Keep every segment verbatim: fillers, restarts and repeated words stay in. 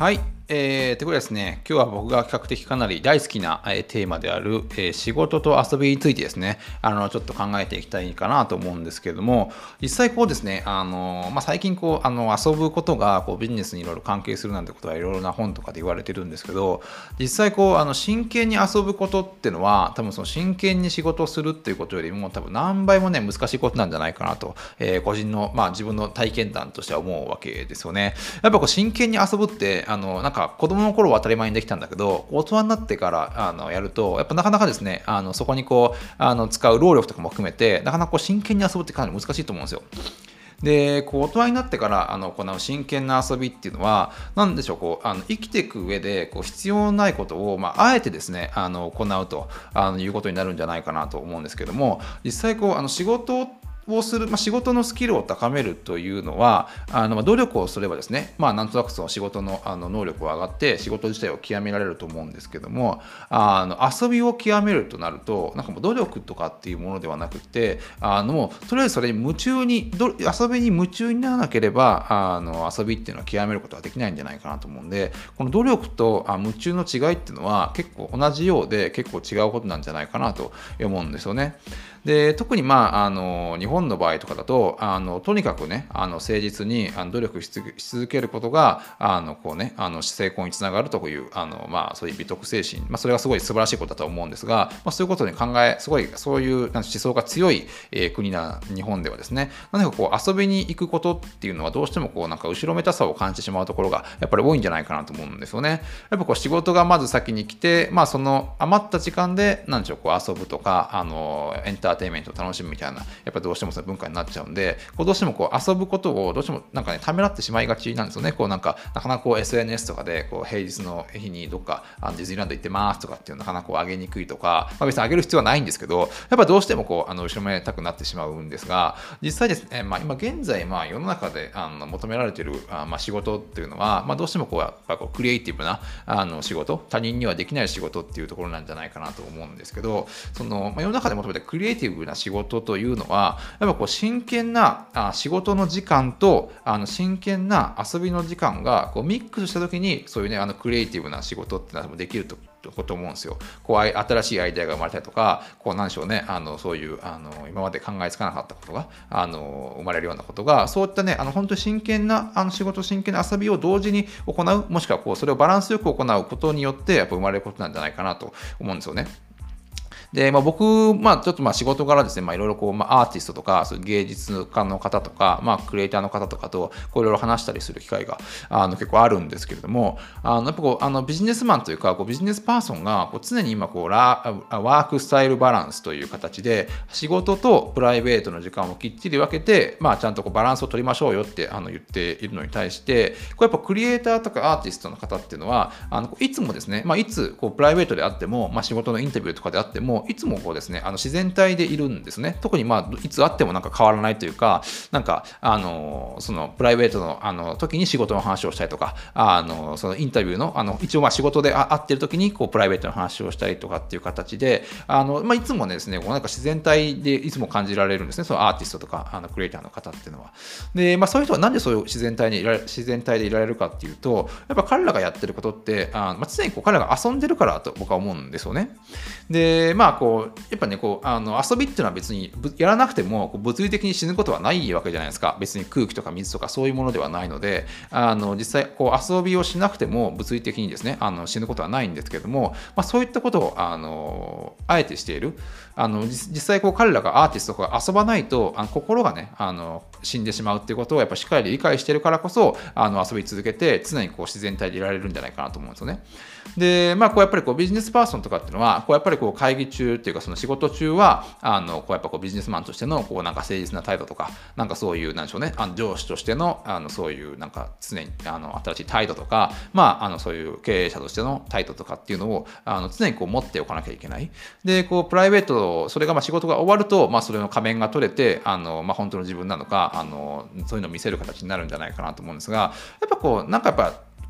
はい。えー、ということでですね、今日は僕が比較的かなり大好きな、えーテーマである、えー仕事と遊びについてですね、あの、ちょっと考えていきたいかなと思うんですけれども、実際こうですね、あの、まあ、最近こう、あの、遊ぶことがこうビジネスにいろいろ関係するなんてことはいろいろな本とかで言われてるんですけど、実際こう、あの、真剣に遊ぶことっていうのは、多分その真剣に仕事をするっていうことよりも、多分何倍もね、難しいことなんじゃないかなと、えー個人の、まあ、自分の体験談としては思うわけですよね。やっぱこう真剣に遊ぶって、あの、なんか子供の頃は当たり前にできたんだけど、大人になってからあのやると、やっぱなかなかですね、あのそこにこう、あの使う労力とかも含めて、なかなかこう真剣に遊ぶってかなり難しいと思うんですよ。で、こう大人になってからあの行う真剣な遊びっていうのは、なんでしょう、こうあの生きていく上でこう必要ないことを、まあ、あえてですね、あの行うとあのいうことになるんじゃないかなと思うんですけども、実際こうあの仕事をする、まあ、仕事のスキルを高めるというのは、あのまあ努力をすればですね、まあ、なんとなくその仕事のあの能力が上がって仕事自体を極められると思うんですけども、あの遊びを極めるとなると、なんかもう努力とかっていうものではなくて、あのもうとりあえずそれに夢中にど遊びに夢中にならなければ、あの遊びっていうのは極めることはできないんじゃないかなと思うんで、この努力とあ夢中の違いっていうのは結構同じようで結構違うことなんじゃないかなと思うんですよね。で、特に、まあ、あの日本の場合とかだと、あのとにかくね、あの誠実にあの努力し続し続けることがあのこう、ね、あの成功につながるという、あの、まあ、そういう美徳精神、まあ、それがすごい素晴らしいことだと思うんですが、まあ、そういうことに考え、すごいそういう思想が強い、えー国な日本ではですね、何かこう遊びに行くことっていうのはどうしてもこうなんか後ろめたさを感じてしまうところがやっぱり多いんじゃないかなと思うんですよね。やっぱこう仕事がまず先に来て、まあ、その余った時間で何でしょう、こう遊ぶとか、あのエンターテインメントを楽しむみたいな、やっぱどうしてもその文化になっちゃうんで、こうどうしてもこう遊ぶことをどうしてもなんかね、ためらってしまいがちなんですよね。こうなんか、なかなかこう エスエヌエス とかで、こう平日の日にどっかあのディズニーランド行ってますとかっていうのなかなかこう上げにくいとか、まあ、別に上げる必要はないんですけど、やっぱどうしてもこう、あの後ろめたくなってしまうんですが、実際ですね、まあ、今現在、まあ世の中であの求められているあまあ仕事っていうのは、まあ、どうしてもこう、やっぱこうクリエイティブなあの仕事、他人にはできない仕事っていうところなんじゃないかなと思うんですけど、その、まあ、世の中で求めてクリエイティブな仕事というのは、やっぱこう真剣なあ仕事の時間とあの真剣な遊びの時間がこうミックスした時に、そういうね、あのクリエイティブな仕事ってのはできるとこと思うんですよ。こう新しいアイデアが生まれたりとか、こうなんでしょうね、あのそういうあの今まで考えつかなかったことがあの生まれるようなことが、そういったね、あの本当に真剣なあの仕事、真剣な遊びを同時に行う、もしくはこうそれをバランスよく行うことによって、やっぱ生まれることなんじゃないかなと思うんですよね。で、まあ、僕、まあ、ちょっとまあ仕事柄ですね、まあ、いろいろこう、まあ、アーティストとか、そういう芸術家の方とか、まあ、クリエイターの方とかと、こういろいろ話したりする機会が、あの、結構あるんですけれども、あの、やっぱこう、あの、ビジネスマンというか、こうビジネスパーソンが、こう常に今、こう、ラワークスタイルバランスという形で、仕事とプライベートの時間をきっちり分けて、まあ、ちゃんとこうバランスを取りましょうよって、あの、言っているのに対して、こうやっぱクリエイターとかアーティストの方っていうのは、あの、いつもですね、まあ、いつ、こう、プライベートであっても、まあ、仕事のインタビューとかであっても、いつもこうですね、あの自然体でいるんですね。特にまあいつあってもなんか変わらないというか、なんかあのそのプライベートのあの時に仕事の話をしたりとか、あのそのインタビューのあの一応まあ仕事で会ってる時にこうプライベートの話をしたりとかっていう形で、あのまあいつもねですね、こうなんか自然体でいつも感じられるんですね。そのアーティストとかあのクリエイターの方っていうのは。で、まあそういう人はなんでそういう自然体にいられ自然体でいられるかっていうと、やっぱ彼らがやってることってあ、まあ、常にこう彼らが遊んでるからと僕は思うんですよね。で、まあこうやっぱね、こうあの遊びっていうのは別にやらなくてもこう物理的に死ぬことはないわけじゃないですか。別に空気とか水とかそういうものではないので、あの実際こう遊びをしなくても物理的にですね、あの死ぬことはないんですけども、まあ、そういったことをあのあえてしている。あの実際こう彼らがアーティストとか遊ばないとあの心がね、あの死んでしまうっていうことをやっぱしっかり理解しているからこそ、あの遊び続けて常にこう自然体でいられるんじゃないかなと思うんですよね。で、まあこうやっぱりこうビジネスパーソンとかっていうのは、こうやっぱりこう会議中っていうかその仕事中は、あのこうやっぱこうビジネスマンとしてのこうなんか誠実な態度とか、なんかそういうなんでしょうね、あの上司としてのあのそういうなんか常にあの新しい態度とか、まああのそういう経営者としての態度とかっていうのをあの常にこう持っておかなきゃいけない。で、こうプライベート、それがまあ仕事が終わると、まあそれの仮面が取れて、あのまあ本当の自分なのか、あのそういうのを見せる形になるんじゃないかなと思うんですが、やっぱこうなんかやっぱ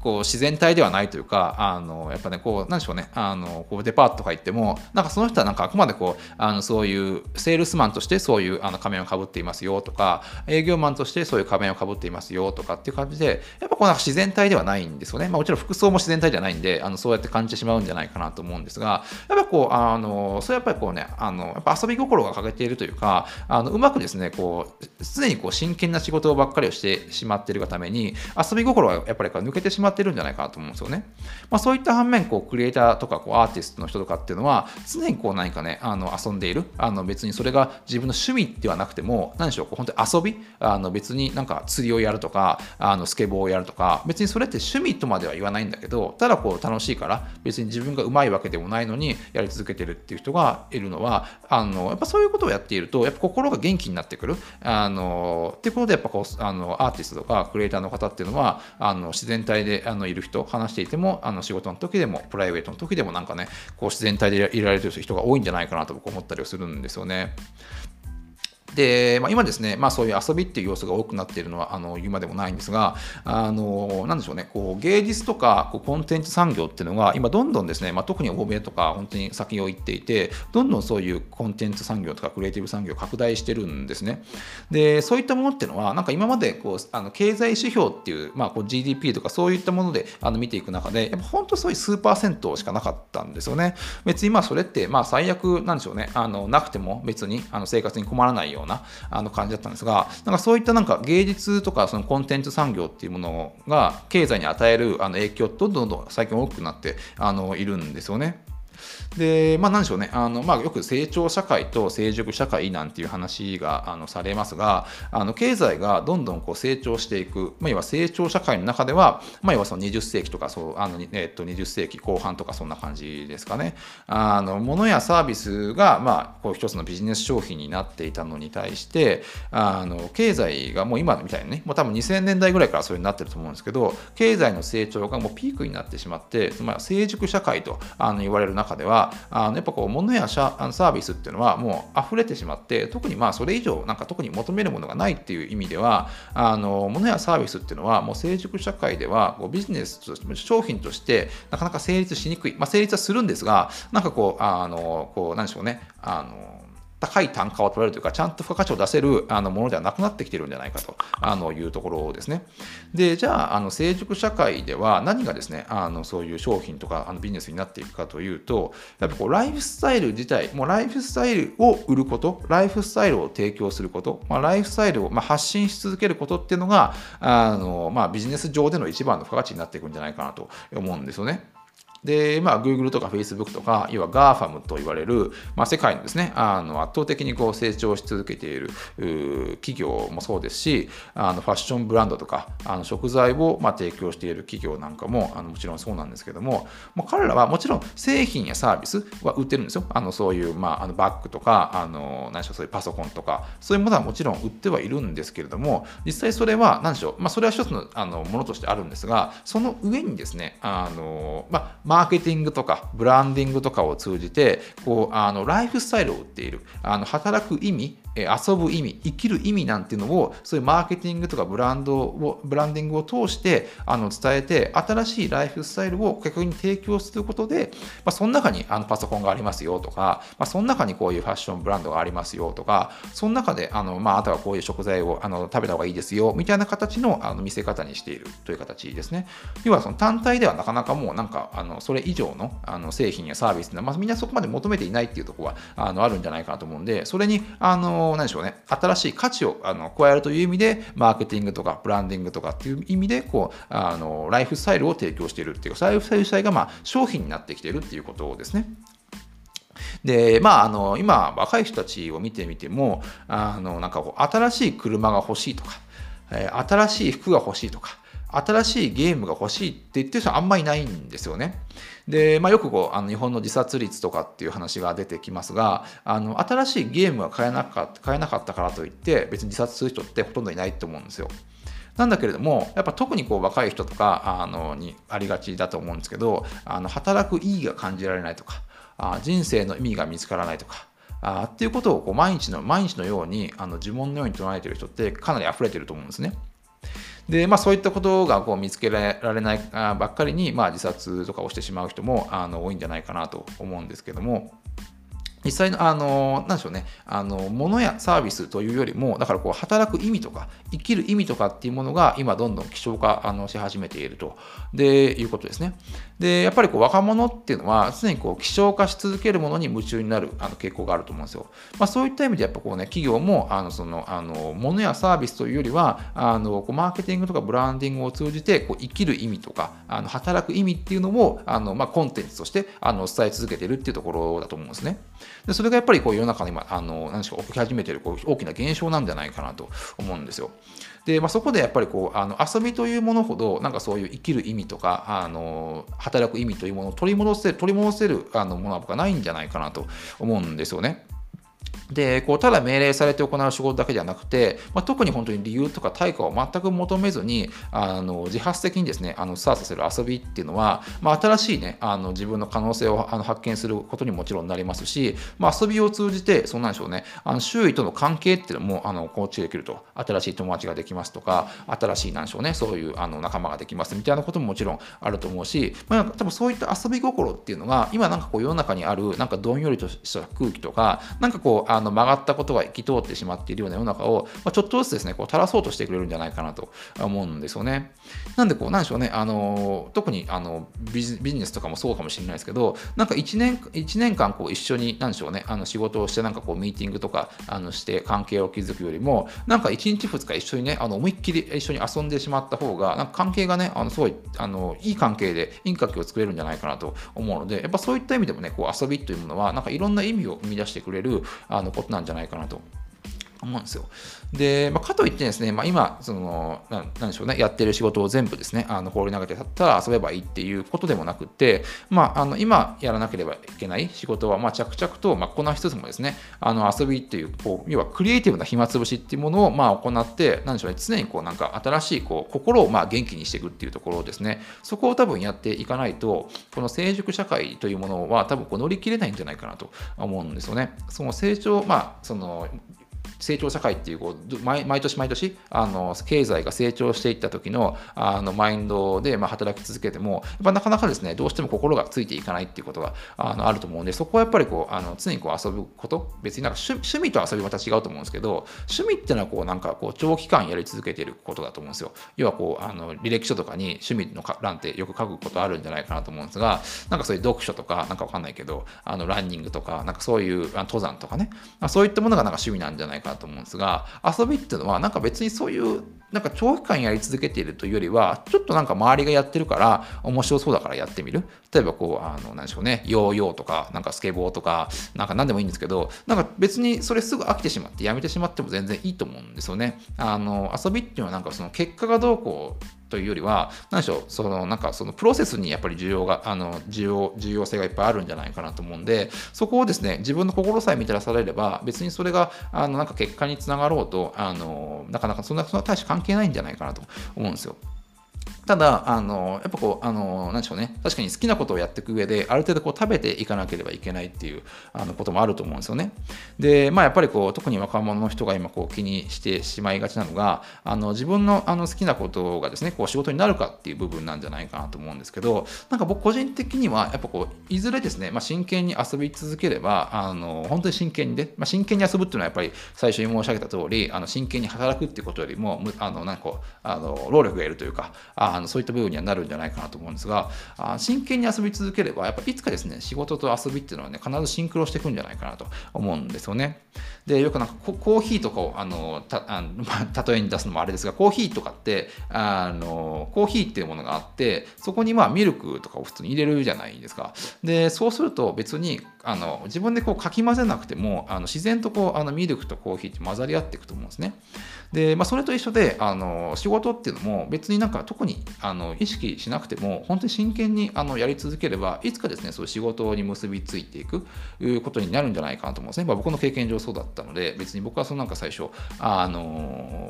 こう自然体ではないというか、あのやっぱねこうなんでしょうね、あのこうデパートとか行ってもなんかその人はなんかあくまでこうあのそういうセールスマンとしてそういうあの仮面をかぶっていますよとか、営業マンとしてそういう仮面をかぶっていますよとかっていう感じで、やっぱこうなんか自然体ではないんですよね。まあ、もちろん服装も自然体じゃないんで、あのそうやって感じてしまうんじゃないかなと思うんですが、やっぱこうあのそれやっぱりこうね、あのやっぱ遊び心が欠けているというか、あのうまくですねこう常にこう真剣な仕事ばっかりをしてしまっているがために遊び心がやっぱり抜けてしまっているんじゃないかなと思うんですよね。まあ、そういった反面こうクリエイターとかこうアーティストの人とかっていうのは常にこう何かねあの遊んでいる、あの別にそれが自分の趣味ではなくても何でしょう、こう本当に遊び、あの別になんか釣りをやるとかあのスケボーをやるとか、別にそれって趣味とまでは言わないんだけど、ただこう楽しいから別に自分が上手いわけでもないのにやり続けてるっていう人がいるのは、あのやっぱそういうことをやっているとやっぱ心が元気になってくる、あのっていうことでやっぱこうあのアーティストとかクリエイターの方っていうのはあの自然体であのいる人、話していてもあの仕事の時でもプライベートの時でもなんかねこう自然体でいられてる人が多いんじゃないかなと僕思ったりはするんですよね。で、まあ、今ですね、まあ、そういう遊びっていう要素が多くなっているのはあの言うまでもないんですが、あのなんでしょうね、こう芸術とかこうコンテンツ産業っていうのが今どんどんですね、まあ、特に欧米とか本当に先を行っていて、どんどんそういうコンテンツ産業とかクリエイティブ産業拡大してるんですね。で、そういったものっていうのはなんか今までこうあの経済指標っていう、まあ、こう ジーディーピー とかそういったものであの見ていく中で、やっぱ本当そういう数パーセントしかなかったんですよね。別にまあそれってまあ最悪なんでしょうね、あのなくても別にあの生活に困らないようなあの感じだったんですが、なんかそういったなんか芸術とかそのコンテンツ産業っていうものが経済に与えるあの影響ってどんどんどんどん最近大きくなってあのいるんですよね。で、まあ、なんでしょうね、あのまあ、よく成長社会と成熟社会なんていう話があのされますが、あの経済がどんどんこう成長していく、まあ、要は成長社会の中では、まあ、要はそのにじゅっせいきとかそうあの、えっと、にじゅっせいきこう半とかそんな感じですかね。あの物やサービスが、まあ、こう一つのビジネス商品になっていたのに対して、あの経済がもう今みたいにね、もう多分にせんねんだいぐらいからそれになってると思うんですけど、経済の成長がもうピークになってしまって、まあ、成熟社会とあの言われる中では、あのやっぱこう物やサービスっていうのはもう溢れてしまって、特にまあそれ以上なんか特に求めるものがないっていう意味では、あの物やサービスっていうのはもう成熟社会ではこうビジネスとして商品としてなかなか成立しにくい、まあ、成立はするんですが、なんかこうあのこうなんでしょうね、あの高い単価を取れるというか、ちゃんと付加価値を出せるあのものではなくなってきているんじゃないかとあのいうところですね。で、じゃあ、あの成熟社会では何がですね、あのそういう商品とかあのビジネスになっていくかというと、やっぱこうライフスタイル自体、もうライフスタイルを売ること、ライフスタイルを提供すること、まあ、ライフスタイルをまあ発信し続けることっていうのが、あのまあ、ビジネス上での一番の付加価値になっていくんじゃないかなと思うんですよね。で、まあ、Google とか Facebook とか、要は ガーファム と言われる、まあ、世界のですね、あの圧倒的にこう成長し続けている企業もそうですし、あのファッションブランドとか、あの食材をまあ提供している企業なんかもあのもちろんそうなんですけども、もう彼らはもちろん製品やサービスは売ってるんですよ。あのそういう、まあ、あのバッグとか、あの何でしょう、そういうパソコンとか、そういうものはもちろん売ってはいるんですけれども、実際それは何でしょう、まあ、それは一つの、あのものとしてあるんですが、その上にですね、あのまあマーケティングとかブランディングとかを通じてこうあのライフスタイルを売っている、あの働く意味、遊ぶ意味、生きる意味なんていうのをそういうマーケティングとかブランドをブランディングを通してあの伝えて、新しいライフスタイルを顧客に提供することで、まあ、その中にあのパソコンがありますよとか、まあ、その中にこういうファッションブランドがありますよとか、その中であの、まあ、あとはこういう食材をあの食べた方がいいですよみたいな形のあの見せ方にしているという形ですね。要はその単体ではなかなかもうなんかあのそれ以上の、あの製品やサービスっていうのは、まあ、みんなそこまで求めていないっていうところはあのあるんじゃないかなと思うんで、それにあの何でしょうね、新しい価値をあの加えるという意味でマーケティングとかブランディングとかっていう意味でこうあのライフスタイルを提供しているっていうか、ライフスタイル自体がまあ商品になってきているっていうことですね。で、まあ、あの今若い人たちを見てみても、あのなんかこう新しい車が欲しいとか、えー新しい服が欲しいとか、新しいゲームが欲しいって言ってる人はあんまりいないんですよね。で、まあ、よくこうあの日本の自殺率とかっていう話が出てきますが、あの新しいゲームが買えなかった買えなかったからといって別に自殺する人ってほとんどいないと思うんですよ。なんだけれども、やっぱ特にこう若い人とかあのにありがちだと思うんですけど、あの働く意義が感じられないとか、あ人生の意味が見つからないとか、あっていうことをこう毎日の毎日のようにあの呪文のように唱えている人ってかなり溢れていると思うんですね。 で、まあ、そういったことがこう見つけられないばっかりに、まあ、自殺とかをしてしまう人もあの多いんじゃないかなと思うんですけども、実際の、あの、なんでしょうね、あの、物やサービスというよりも、だからこう、働く意味とか、生きる意味とかっていうものが、今、どんどん希少化あのし始めていると、で、いうことですね。で、やっぱりこう、若者っていうのは、常にこう、希少化し続けるものに夢中になるあの傾向があると思うんですよ。まあ、そういった意味で、やっぱこうね、企業も、あの、その、あの、物やサービスというよりは、あの、こうマーケティングとかブランディングを通じて、こう、生きる意味とか、あの、働く意味っていうのを、あの、まあ、コンテンツとして、あの、伝え続けているっていうところだと思うんですね。で、それがやっぱりこう世の中に今、あの、何でしょう、起き始めているこう大きな現象なんじゃないかなと思うんですよ。で、まあ、そこでやっぱりこう、あの、遊びというものほど、なんかそういう生きる意味とか、あの、働く意味というものを取り戻せる、取り戻せるあのものは僕はないんじゃないかなと思うんですよね。で、こうただ命令されて行う仕事だけじゃなくて、まあ、特に本当に理由とか対価を全く求めずに、あの自発的にですね、あのスタートする遊びっていうのは、まあ、新しいね、あの自分の可能性をあの発見することにもちろんなりますし、まあ、遊びを通じて、そうなんでしょうね、あの周囲との関係っていうのもあの構築できると、新しい友達ができますとか、新しいなんでしょうね、そういうあの仲間ができますみたいなことももちろんあると思うし、まあ、多分そういった遊び心っていうのが、今なんかこう世の中にあるなんかどんよりとした空気とか、なんかこうあの曲がったことが行き通ってしまっているような世の中を、まあ、ちょっとずつですね、こう垂らそうとしてくれるんじゃないかなと思うんですよね。なんでこう、なんでしょうね、あの特にあのビジ、ビジネスとかもそうかもしれないですけど、なんかいちねん、一年間こう一緒に、なんでしょうね、あの仕事をして、なんかこうミーティングとかあのして関係を築くよりも、なんかいちにちふつか一緒にね、あの思いっきり一緒に遊んでしまった方が、なんか関係がね、あのすごいあのいい関係で、いい関係を作れるんじゃないかなと思うので、やっぱそういった意味でもね、こう遊びというものは、なんかいろんな意味を生み出してくれるあのことなんじゃないかなと思うんですよ。で、まあ、かといってですね、まあ、今、その、ななんでしょうね、やってる仕事を全部ですね、あの放り投げてたったら遊べばいいっていうことでもなくて、まあ、あの今やらなければいけない仕事は、まあ、着々と、まあ、こなしつつもですね、あの遊びっていう、こう、要はクリエイティブな暇つぶしっていうものを、まあ、行って、なんでしょうね、常にこう、なんか新しい、こう、心を、まあ、元気にしていくっていうところですね、そこを多分やっていかないと、この成熟社会というものは、多分こう乗り切れないんじゃないかなと思うんですよね。その成長、まあ、その、成長社会っていうこう毎毎年毎年あの経済が成長していった時のあのマインドでまあ働き続けてもやっぱなかなかですねどうしても心がついていかないっていうことがあのあると思うんで、そこはやっぱりこうあの常にこう遊ぶこと、別になんか 趣, 趣味と遊びはまた違うと思うんですけど、趣味っていうのはこうなんかこう長期間やり続けていることだと思うんですよ。要はこうあの履歴書とかに趣味の欄ってよく書くことあるんじゃないかなと思うんですが、なんかそういう読書とかなんかわかんないけどあのランニングとかなんかそういう登山とかね、そういったものがなんか趣味なんじゃないかなと思うんですが、遊びっていうのはなんか別にそういうなんか長期間やり続けているというよりは、ちょっとなんか周りがやってるから面白そうだからやってみる。例えばこうあのなんでしょうね、ヨーヨーとかなんかスケボーとかなんか何でもいいんですけど、なんか別にそれすぐ飽きてしまってやめてしまっても全然いいと思うんですよね。あの遊びっていうのはなんかその結果がどうこうというよりは、何でしょう、そのなんかそのプロセスにやっぱり需要があの需要重要性がいっぱいあるんじゃないかなと思うんで、そこをですね自分の心さえ満たされれば別にそれがあのなんか結果につながろうとあのなかなかそんなそんな大して関係ないんじゃないかなと思うんですよ。ただ、あの、やっぱこう、あの、なんでしょうね。確かに好きなことをやっていく上で、ある程度こう食べていかなければいけないっていうあのこともあると思うんですよね。で、まあやっぱりこう、特に若者の人が今こう気にしてしまいがちなのが、あの自分のあの好きなことがですね、こう仕事になるかっていう部分なんじゃないかなと思うんですけど、なんか僕個人的には、やっぱこう、いずれですね、まあ真剣に遊び続ければ、あの、本当に真剣にで、まあ真剣に遊ぶっていうのはやっぱり最初に申し上げた通り、あの真剣に働くっていうことよりも、あの、なんかこう、あの、労力がいるというか、あのそういった部分にはなるんじゃないかなと思うんですが、あ真剣に遊び続ければ、やっぱいつかですね、仕事と遊びっていうのはね、必ずシンクロしていくんじゃないかなと思うんですよね。で、よくなんかコーヒーとかをあのたあの、まあ、例えに出すのもあれですが、コーヒーとかってあの、コーヒーっていうものがあって、そこにまあミルクとかを普通に入れるじゃないですか。で、そうすると別にあの自分でこうかき混ぜなくても、あの自然とこうあのミルクとコーヒーって混ざり合っていくと思うんですね。で、まあ、それと一緒で、あの仕事っていうのも別になんか特にあの意識しなくても、本当に真剣にあのやり続ければ、いつかですね、そういう仕事に結びついていくことになるんじゃないかなと思うんですね。まあ、僕の経験上そうだったので、別に僕はそのなんか最初、あの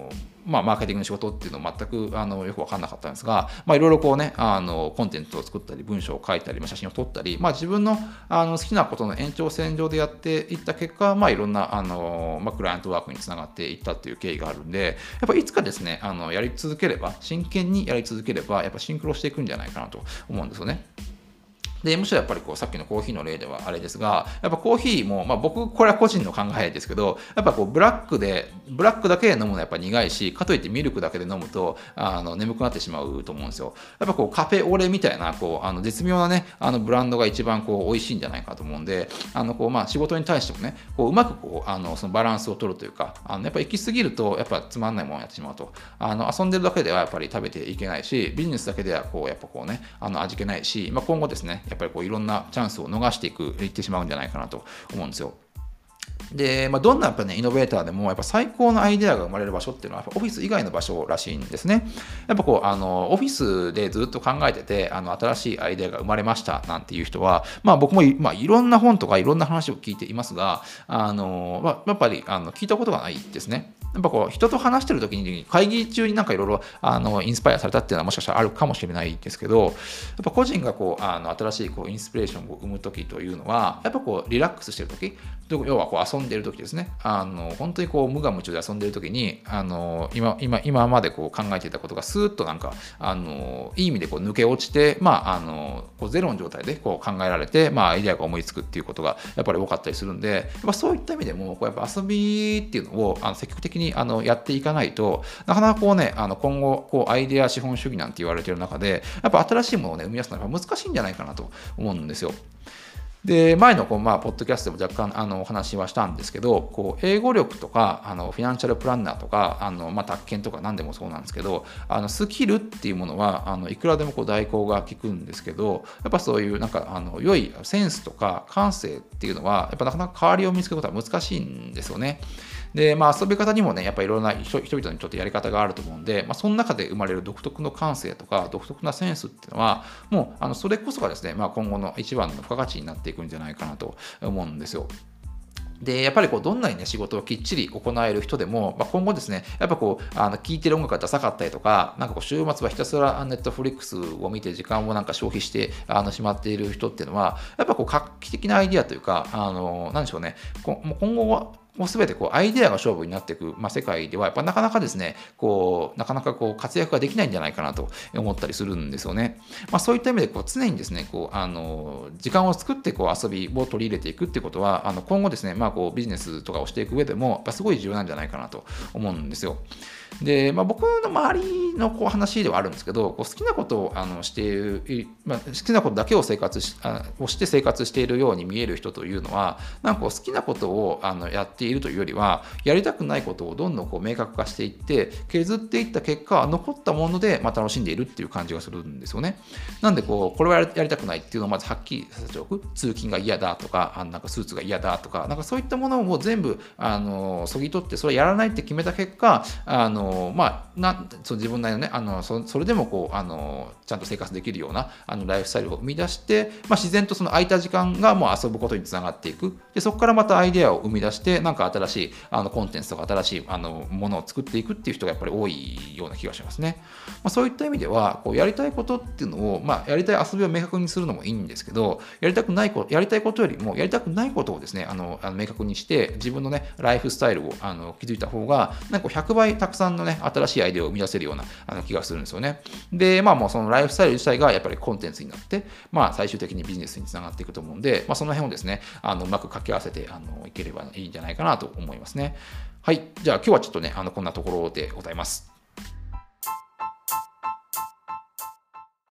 まあ、マーケティングの仕事っていうのを全くあのよく分かんなかったんですが、まあ、いろいろこうね、あのコンテンツを作ったり、文章を書いたり、写真を撮ったり、まあ、自分のあの好きなことの延長線上でやっていった結果、まあ、いろんなあの、まあ、クライアントワークにつながっていったっていう経緯があるんで、やっぱりいつかですね、あのやり続ければ、真剣にやり続ければ、やっぱシンクロしていくんじゃないかなと思うんですよね。で、むしろやっぱりこうさっきのコーヒーの例ではあれですが、やっぱコーヒーも、まあ、僕、これは個人の考えですけど、やっぱこうブラックで、ブラックだけで飲むのはやっぱ苦いし、かといってミルクだけで飲むとあの眠くなってしまうと思うんですよ。やっぱこうカフェオレみたいなこうあの絶妙なね、あのブランドが一番こう美味しいんじゃないかと思うんで、あのこうまあ仕事に対してもね、こううまくこうあのそのバランスを取るというか、あのやっぱ行き過ぎるとやっぱつまんないものをやってしまうと、あの遊んでるだけではやっぱり食べていけないし、ビジネスだけではこうやっぱこうね、あの味気ないし、まあ、今後ですね、やっぱりこういろんなチャンスを逃していく、いってしまうんじゃないかなと思うんですよ。で、まあ、どんなやっぱ、ね、イノベーターでもやっぱ最高のアイデアが生まれる場所っていうのはやっぱオフィス以外の場所らしいんですね。やっぱこうあのオフィスでずっと考えててあの新しいアイデアが生まれましたなんていう人は、まあ、僕もい、まあ、いろんな本とかいろんな話を聞いていますが、あの、まあ、やっぱりあの聞いたことがないですね。やっぱこう人と話してる時に会議中になんかいろいろあのインスパイアされたっていうのはもしかしたらあるかもしれないですけど、やっぱ個人がこうあの新しいこうインスピレーションを生む時というのはやっぱこうリラックスしてる時、要はこう遊んでる時ですね。あの本当にこう無我夢中で遊んでる時にあの 今, 今, 今までこう考えていたことがスーッとなんかあのいい意味でこう抜け落ちて、まあ、あのこうゼロの状態でこう考えられて、まあ、アイデアが思いつくっていうことがやっぱり多かったりするんで、やっぱそういった意味でもこうやっぱ遊びっていうのをあの積極的にあのやっていかないとなかなかこうねあの今後こうアイデア資本主義なんて言われてる中でやっぱ新しいものを、ね、生み出すのは難しいんじゃないかなと思うんですよ。で前のこう、まあ、ポッドキャストでも若干あのお話はしたんですけど、こう英語力とかあのフィナンシャルプランナーとかあの、まあ、宅建とか何でもそうなんですけど、あのスキルっていうものはあのいくらでもこう代行が効くんですけど、やっぱそういうなんかあの良いセンスとか感性っていうのはやっぱなかなか代わりを見つけることは難しいんですよね。で、まあ、遊び方にもね、やっぱりいろんな人々にとってやり方があると思うんで、まあ、その中で生まれる独特の感性とか、独特なセンスっていうのは、もう、あのそれこそがですね、まあ、今後の一番の付加価値になっていくんじゃないかなと思うんですよ。で、やっぱりこうどんなにね、仕事をきっちり行える人でも、まあ、今後ですね、やっぱこう、あの聴いてる音楽がダサかったりとか、なんかこう週末はひたすらネットフリックスを見て時間をなんか消費してあのしまっている人っていうのは、やっぱこう画期的なアイディアというか、あの、なんでしょうね、こもう今後は、もうすべてこうアイデアが勝負になっていく、まあ、世界ではやっぱなかなかですね、こうなかなかこう活躍ができないんじゃないかなと思ったりするんですよね。まあ、そういった意味でこう常にですね、こうあの時間を作ってこう遊びを取り入れていくっていうことは、あの今後ですね、まあ、こうビジネスとかをしていく上でもやっぱすごい重要なんじゃないかなと思うんですよ。で、まあ、僕の周りのこう話ではあるんですけど、こう好きなことをあのしている、まあ、好きなことだけを生活しあをして生活しているように見える人というのは、なんかこう好きなことをあのやっているというよりは、やりたくないことをどんどんこう明確化していって、削っていった結果、残ったものでまあ楽しんでいるっていう感じがするんですよね。なんでこう、これはやりたくないっていうのをまずはっきりさせておく。通勤が嫌だとか、あなんかスーツが嫌だとか、なんかそういったものを全部あのそぎ取って、それをやらないって決めた結果、あのまあ、なんその自分なりのね、あの そ, それでもこうあのちゃんと生活できるようなあのライフスタイルを生み出して、まあ、自然とその空いた時間がもう遊ぶことにつながっていく。でそこからまたアイデアを生み出して、なんか新しいあのコンテンツとか新しいあのものを作っていくっていう人がやっぱり多いような気がしますね。まあ、そういった意味ではこうやりたいことっていうのを、まあ、やりたい遊びを明確にするのもいいんですけど、やりたくないこと、やりたいことよりもやりたくないことをですね、あのあの明確にして自分のねライフスタイルをあの築いた方がなんかひゃくばいたくさんのね新しいアイデアを生み出せるようなあの気がするんですよね。で、まあもうそのライフスタイル自体がやっぱりコンテンツになって、まあ最終的にビジネスにつながっていくと思うんで、まあその辺をですね、あのうまく掛け合わせてあのいければいいんじゃないかなと思いますね。はい。じゃあ今日はちょっとね、あのこんなところでございます。